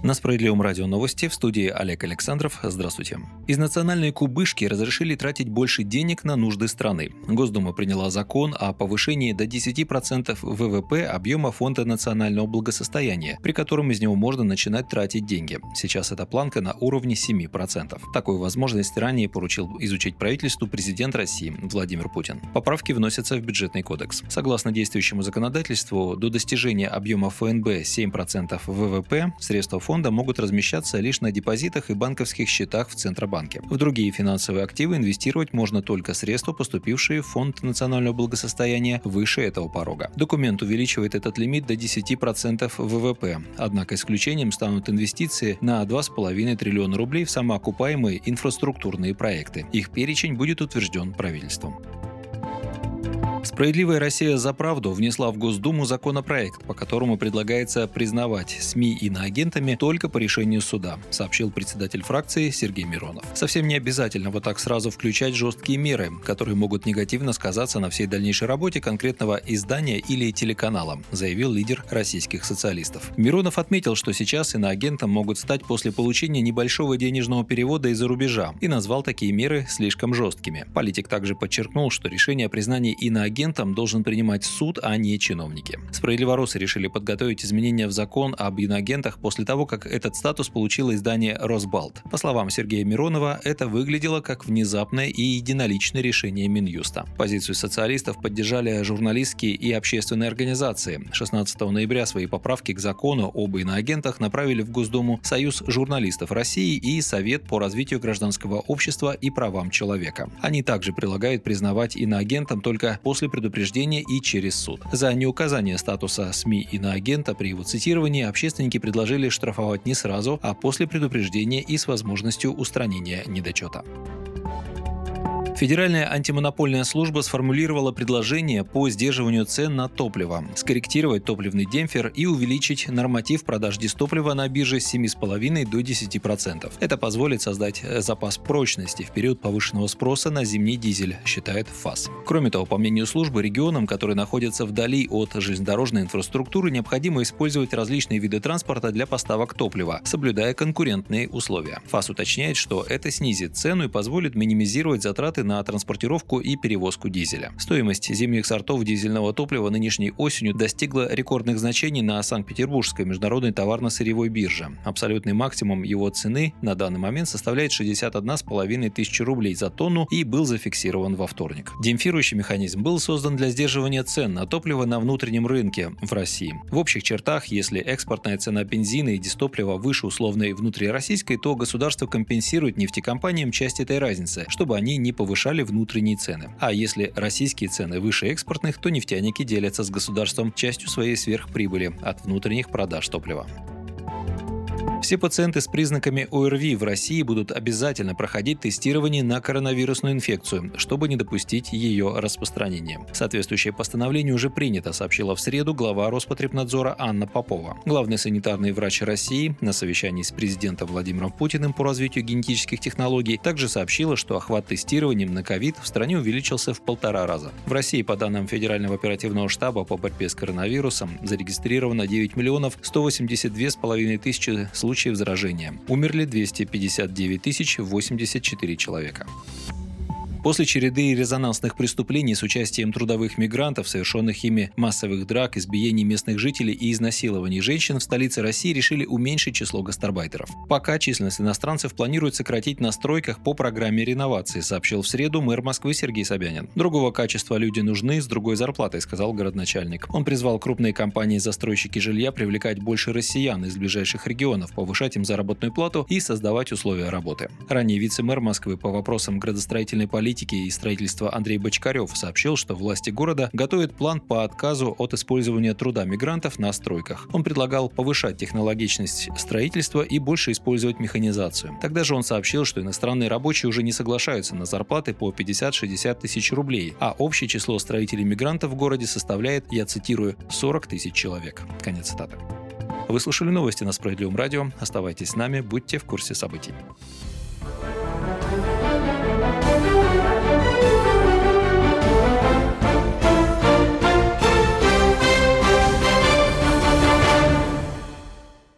На Справедливом радио новости, в студии Олег Александров. Здравствуйте. Из национальной кубышки разрешили тратить больше денег на нужды страны. Госдума приняла закон о повышении до 10% ВВП объема Фонда национального благосостояния, при котором из него можно начинать тратить деньги. Сейчас эта планка на уровне 7%. Такую возможность ранее поручил изучить правительству президент России Владимир Путин. Поправки вносятся в бюджетный кодекс. Согласно действующему законодательству, до достижения объема ФНБ 7% ВВП средства фонда могут размещаться лишь на депозитах и банковских счетах в Центробанке. В другие финансовые активы инвестировать можно только средства, поступившие в Фонд национального благосостояния выше этого порога. Документ увеличивает этот лимит до 10% ВВП. Однако исключением станут инвестиции на 2,5 триллиона рублей в самоокупаемые инфраструктурные проекты. Их перечень будет утвержден правительством. «Справедливая Россия за правду» внесла в Госдуму законопроект, по которому предлагается признавать СМИ иноагентами только по решению суда, сообщил председатель фракции Сергей Миронов. Совсем не обязательно вот так сразу включать жесткие меры, которые могут негативно сказаться на всей дальнейшей работе конкретного издания или телеканала, заявил лидер российских социалистов. Миронов отметил, что сейчас иноагентом могут стать после получения небольшого денежного перевода из-за рубежа и назвал такие меры слишком жесткими. Политик также подчеркнул, что решение о признании иноагентом должен принимать суд, а не чиновники. Справедливоросы решили подготовить изменения в закон об иноагентах после того, как этот статус получило издание «Росбалт». По словам Сергея Миронова, это выглядело как внезапное и единоличное решение Минюста. Позицию социалистов поддержали журналистские и общественные организации. 16 ноября свои поправки к закону об иноагентах направили в Госдуму Союз журналистов России и Совет по развитию гражданского общества и правам человека. Они также предлагают признавать иноагентом только после предупреждения и через суд. За неуказание статуса СМИ иноагента при его цитировании общественники предложили штрафовать не сразу, а после предупреждения и с возможностью устранения недочета. Федеральная антимонопольная служба сформулировала предложение по сдерживанию цен на топливо, скорректировать топливный демпфер и увеличить норматив продаж дистоплива на бирже с 7,5% до 10%. Это позволит создать запас прочности в период повышенного спроса на зимний дизель, считает ФАС. Кроме того, по мнению службы, регионам, которые находятся вдали от железнодорожной инфраструктуры, необходимо использовать различные виды транспорта для поставок топлива, соблюдая конкурентные условия. ФАС уточняет, что это снизит цену и позволит минимизировать затраты на транспортировку и перевозку дизеля. Стоимость зимних сортов дизельного топлива нынешней осенью достигла рекордных значений на Санкт-Петербургской международной товарно-сырьевой бирже. Абсолютный максимум его цены на данный момент составляет 61,5 тысячи рублей за тонну и был зафиксирован во вторник. Демпфирующий механизм был создан для сдерживания цен на топливо на внутреннем рынке в России. В общих чертах, если экспортная цена бензина и дистоплива выше условной внутрироссийской, то государство компенсирует нефтекомпаниям часть этой разницы, чтобы они не повышали внутренние цены. А если российские цены выше экспортных, то нефтяники делятся с государством частью своей сверхприбыли от внутренних продаж топлива. Все пациенты с признаками ОРВИ в России будут обязательно проходить тестирование на коронавирусную инфекцию, чтобы не допустить ее распространения. Соответствующее постановление уже принято, сообщила в среду глава Роспотребнадзора Анна Попова. Главный санитарный врач России на совещании с президентом Владимиром Путиным по развитию генетических технологий также сообщила, что охват тестированием на ковид в стране увеличился в 1,5 раза. В России, по данным Федерального оперативного штаба по борьбе с коронавирусом, зарегистрировано 9 миллионов 182,5 тысячи случаев заражения. Умерли 259 084 человека. После череды резонансных преступлений с участием трудовых мигрантов, совершенных ими массовых драк, избиений местных жителей и изнасилований женщин в столице России решили уменьшить число гастарбайтеров. Пока численность иностранцев планируют сократить на стройках по программе реновации, сообщил в среду мэр Москвы Сергей Собянин. Другого качества люди нужны с другой зарплатой, сказал городначальник. Он призвал крупные компании-застройщики жилья привлекать больше россиян из ближайших регионов, повышать им заработную плату и создавать условия работы. Ранее вице-мэр Москвы по вопросам градостроительной политики и строительства Андрей Бочкарев сообщил, что власти города готовят план по отказу от использования труда мигрантов на стройках. Он предлагал повышать технологичность строительства и больше использовать механизацию. Тогда же он сообщил, что иностранные рабочие уже не соглашаются на зарплаты по 50-60 тысяч рублей, а общее число строителей-мигрантов в городе составляет, я цитирую, 40 тысяч человек. Конец цитаты. Вы слушали новости на Справедливом радио. Оставайтесь с нами, будьте в курсе событий.